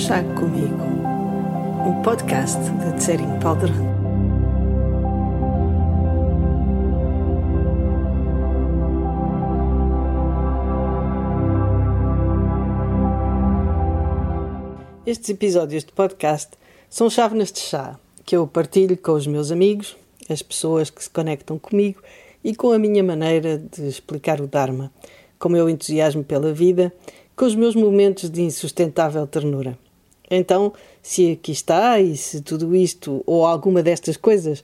Chá Comigo, um podcast de Tsering Palderan. Estes episódios de podcast são chávenas de chá que eu partilho com os meus amigos, as pessoas que se conectam comigo e com a minha maneira de explicar o Dharma, com o meu entusiasmo pela vida, com os meus momentos de insustentável ternura. Então, se aqui está e se tudo isto ou alguma destas coisas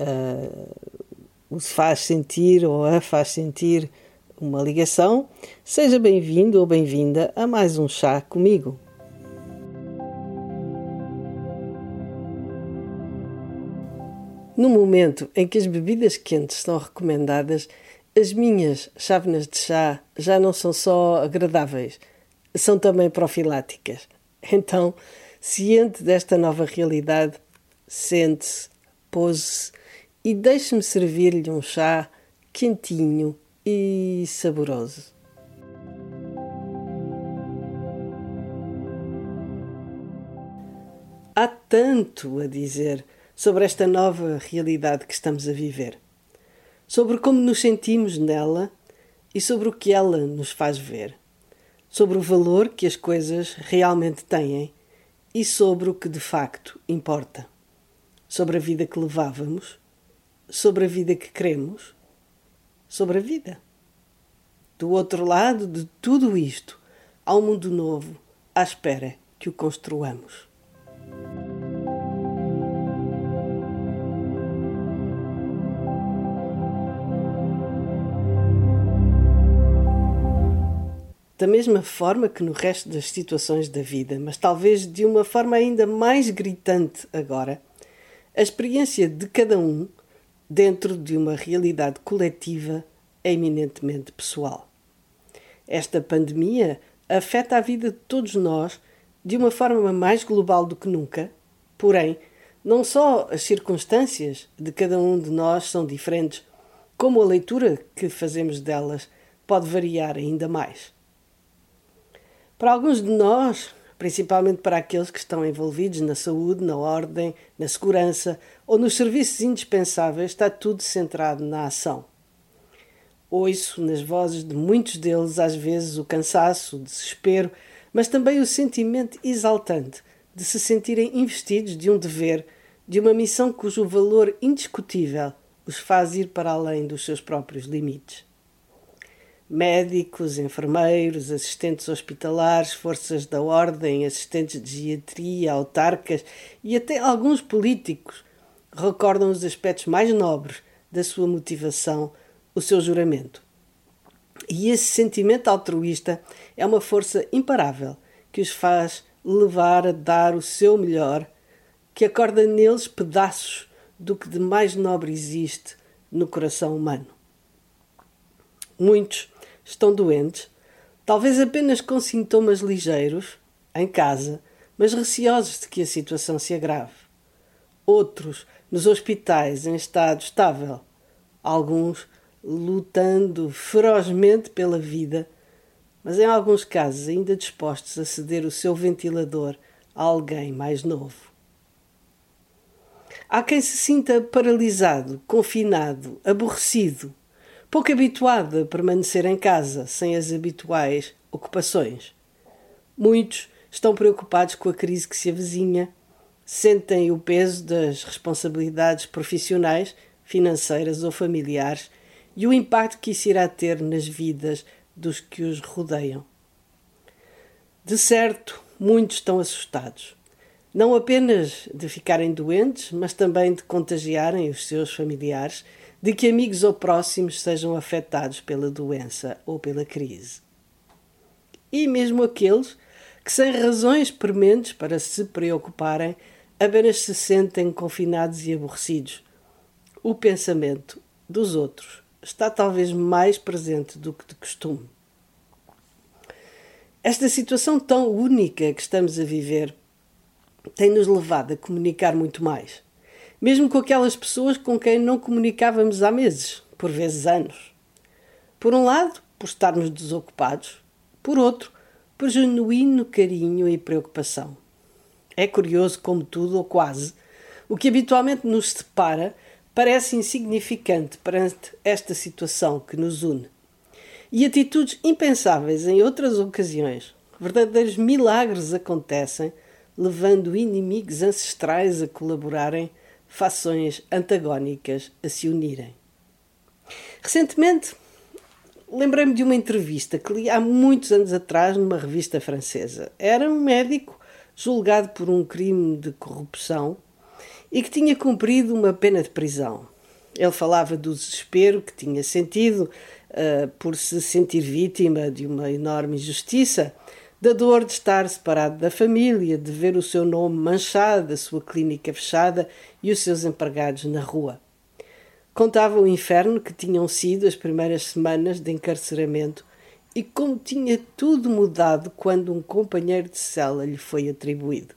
o faz sentir ou a faz sentir uma ligação, seja bem-vindo ou bem-vinda a mais um chá comigo. No momento em que as bebidas quentes são recomendadas, as minhas chávenas de chá já não são só agradáveis, são também profiláticas. Então, ciente desta nova realidade, sente-se, pose-se e deixe-me servir-lhe um chá quentinho e saboroso. Há tanto a dizer sobre esta nova realidade que estamos a viver, sobre como nos sentimos nela e sobre o que ela nos faz ver, sobre o valor que as coisas realmente têm e sobre o que de facto importa, sobre a vida que levávamos, sobre a vida que queremos, sobre a vida. Do outro lado de tudo isto, há um mundo novo à espera que o construamos. Da mesma forma que no resto das situações da vida, mas talvez de uma forma ainda mais gritante agora, a experiência de cada um, dentro de uma realidade coletiva, é eminentemente pessoal. Esta pandemia afeta a vida de todos nós de uma forma mais global do que nunca, porém, não só as circunstâncias de cada um de nós são diferentes, como a leitura que fazemos delas pode variar ainda mais. Para alguns de nós, principalmente para aqueles que estão envolvidos na saúde, na ordem, na segurança ou nos serviços indispensáveis, está tudo centrado na ação. Ouço nas vozes de muitos deles, às vezes, o cansaço, o desespero, mas também o sentimento exaltante de se sentirem investidos de um dever, de uma missão cujo valor indiscutível os faz ir para além dos seus próprios limites. Médicos, enfermeiros, assistentes hospitalares, forças da ordem, assistentes de geriatria, autarcas e até alguns políticos recordam os aspectos mais nobres da sua motivação, o seu juramento. E esse sentimento altruísta é uma força imparável que os faz levar a dar o seu melhor, que acorda neles pedaços do que de mais nobre existe no coração humano. Muitos estão doentes, talvez apenas com sintomas ligeiros, em casa, mas receosos de que a situação se agrave. Outros nos hospitais em estado estável. Alguns lutando ferozmente pela vida, mas em alguns casos ainda dispostos a ceder o seu ventilador a alguém mais novo. Há quem se sinta paralisado, confinado, aborrecido, pouco habituado a permanecer em casa, sem as habituais ocupações. Muitos estão preocupados com a crise que se avizinha, sentem o peso das responsabilidades profissionais, financeiras ou familiares e o impacto que isso irá ter nas vidas dos que os rodeiam. De certo, muitos estão assustados, não apenas de ficarem doentes, mas também de contagiarem os seus familiares, de que amigos ou próximos sejam afetados pela doença ou pela crise. E mesmo aqueles que, sem razões prementes para se preocuparem, apenas se sentem confinados e aborrecidos. O pensamento dos outros está talvez mais presente do que de costume. Esta situação tão única que estamos a viver tem-nos levado a comunicar muito mais, mesmo com aquelas pessoas com quem não comunicávamos há meses, por vezes anos. Por um lado, por estarmos desocupados, por outro, por genuíno carinho e preocupação. É curioso como tudo, ou quase, o que habitualmente nos separa parece insignificante perante esta situação que nos une. E atitudes impensáveis em outras ocasiões, verdadeiros milagres acontecem, levando inimigos ancestrais a colaborarem, fações antagónicas a se unirem. Recentemente, lembrei-me de uma entrevista que li há muitos anos atrás numa revista francesa. Era um médico julgado por um crime de corrupção e que tinha cumprido uma pena de prisão. Ele falava do desespero que tinha sentido por se sentir vítima de uma enorme injustiça, da dor de estar separado da família, de ver o seu nome manchado, a sua clínica fechada e os seus empregados na rua. Contava o inferno que tinham sido as primeiras semanas de encarceramento e como tinha tudo mudado quando um companheiro de cela lhe foi atribuído.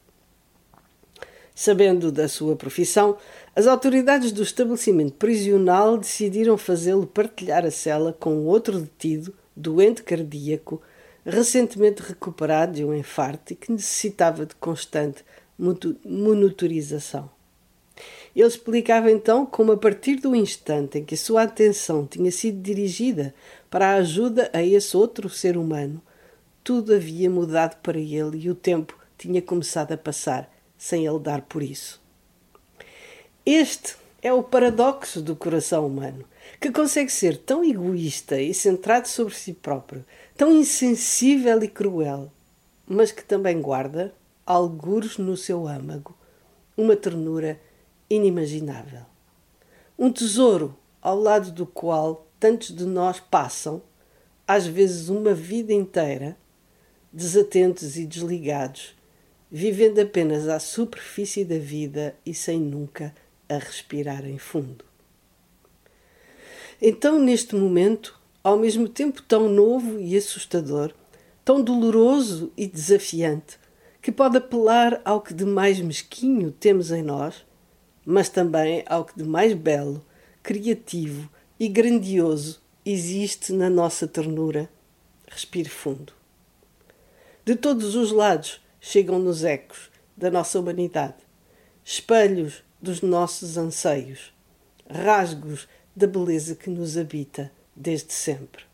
Sabendo da sua profissão, as autoridades do estabelecimento prisional decidiram fazê-lo partilhar a cela com outro detido, doente cardíaco, recentemente recuperado de um infarto e que necessitava de constante monitorização. Ele explicava então como, a partir do instante em que a sua atenção tinha sido dirigida para a ajuda a esse outro ser humano, tudo havia mudado para ele e o tempo tinha começado a passar sem ele dar por isso. Este é o paradoxo do coração humano, que consegue ser tão egoísta e centrado sobre si próprio, tão insensível e cruel, mas que também guarda, algures no seu âmago, uma ternura inimaginável. Um tesouro ao lado do qual tantos de nós passam, às vezes uma vida inteira, desatentos e desligados, vivendo apenas à superfície da vida e sem nunca a respirar em fundo. Então, neste momento, ao mesmo tempo tão novo e assustador, tão doloroso e desafiante, que pode apelar ao que de mais mesquinho temos em nós, mas também ao que de mais belo, criativo e grandioso existe na nossa ternura, respire fundo. De todos os lados chegam-nos ecos da nossa humanidade, espelhos dos nossos anseios, rasgos da beleza que nos habita desde sempre.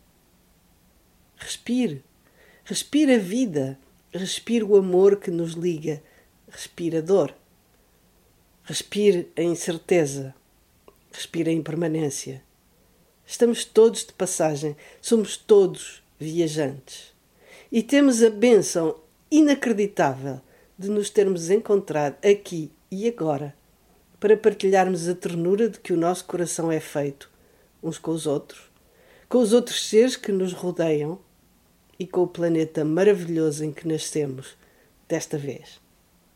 Respire, respire a vida, respire o amor que nos liga, respire a dor. Respire a incerteza, respire a impermanência. Estamos todos de passagem, somos todos viajantes. E temos a bênção inacreditável de nos termos encontrado aqui e agora para partilharmos a ternura de que o nosso coração é feito, uns com os outros seres que nos rodeiam e com o planeta maravilhoso em que nascemos desta vez.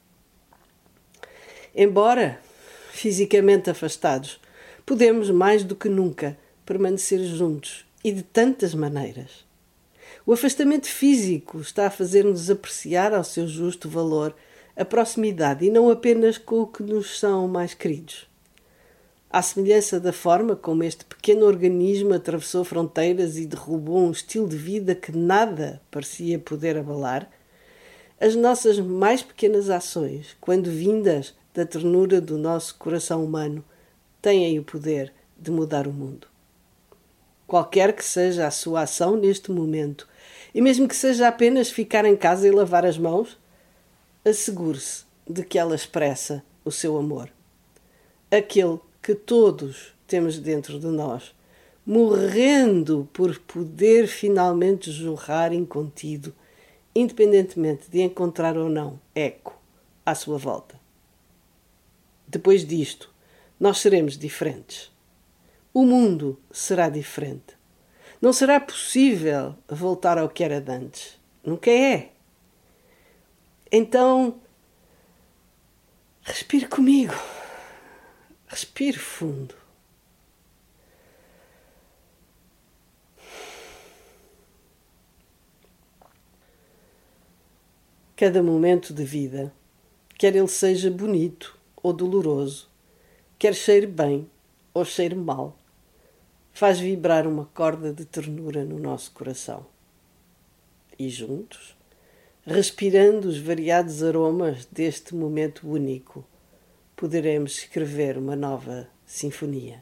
Embora fisicamente afastados, podemos mais do que nunca permanecer juntos e de tantas maneiras. O afastamento físico está a fazer-nos apreciar ao seu justo valor a proximidade e não apenas com o que nos são mais queridos. À semelhança da forma como este pequeno organismo atravessou fronteiras e derrubou um estilo de vida que nada parecia poder abalar, as nossas mais pequenas ações, quando vindas da ternura do nosso coração humano, têm o poder de mudar o mundo. Qualquer que seja a sua ação neste momento, e mesmo que seja apenas ficar em casa e lavar as mãos, assegure-se de que ela expressa o seu amor. Aquele que todos temos dentro de nós, morrendo por poder finalmente jorrar incontido, independentemente de encontrar ou não eco à sua volta. Depois disto, nós seremos diferentes. O mundo será diferente. Não será possível voltar ao que era de antes. Nunca é. Então, respire comigo. Respire fundo. Cada momento de vida, quer ele seja bonito ou doloroso, quer cheire bem ou cheire mal, faz vibrar uma corda de ternura no nosso coração. E juntos, respirando os variados aromas deste momento único, poderemos escrever uma nova sinfonia.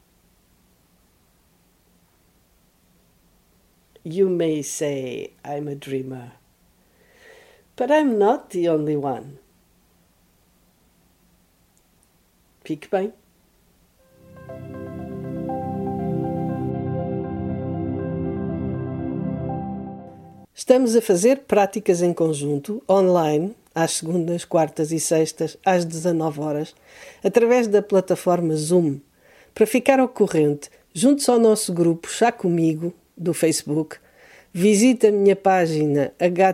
You may say I'm a dreamer, but I'm not the only one. Fique bem. Estamos a fazer práticas em conjunto, online, às segundas, quartas e sextas, às 19 horas, através da plataforma Zoom. Para ficar ao corrente, junte-se ao nosso grupo Chá Comigo, do Facebook, visite a minha página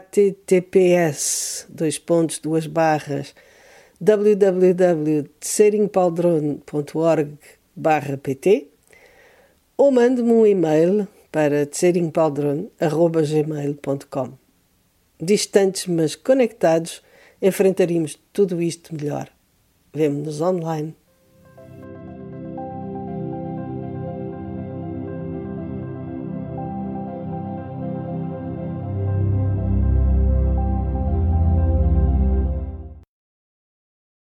https://www.tserinpaldron.org/pt ou mande-me um e-mail para tserinpaldron@gmail.com. Distantes, mas conectados, enfrentaremos tudo isto melhor. Vemo-nos online.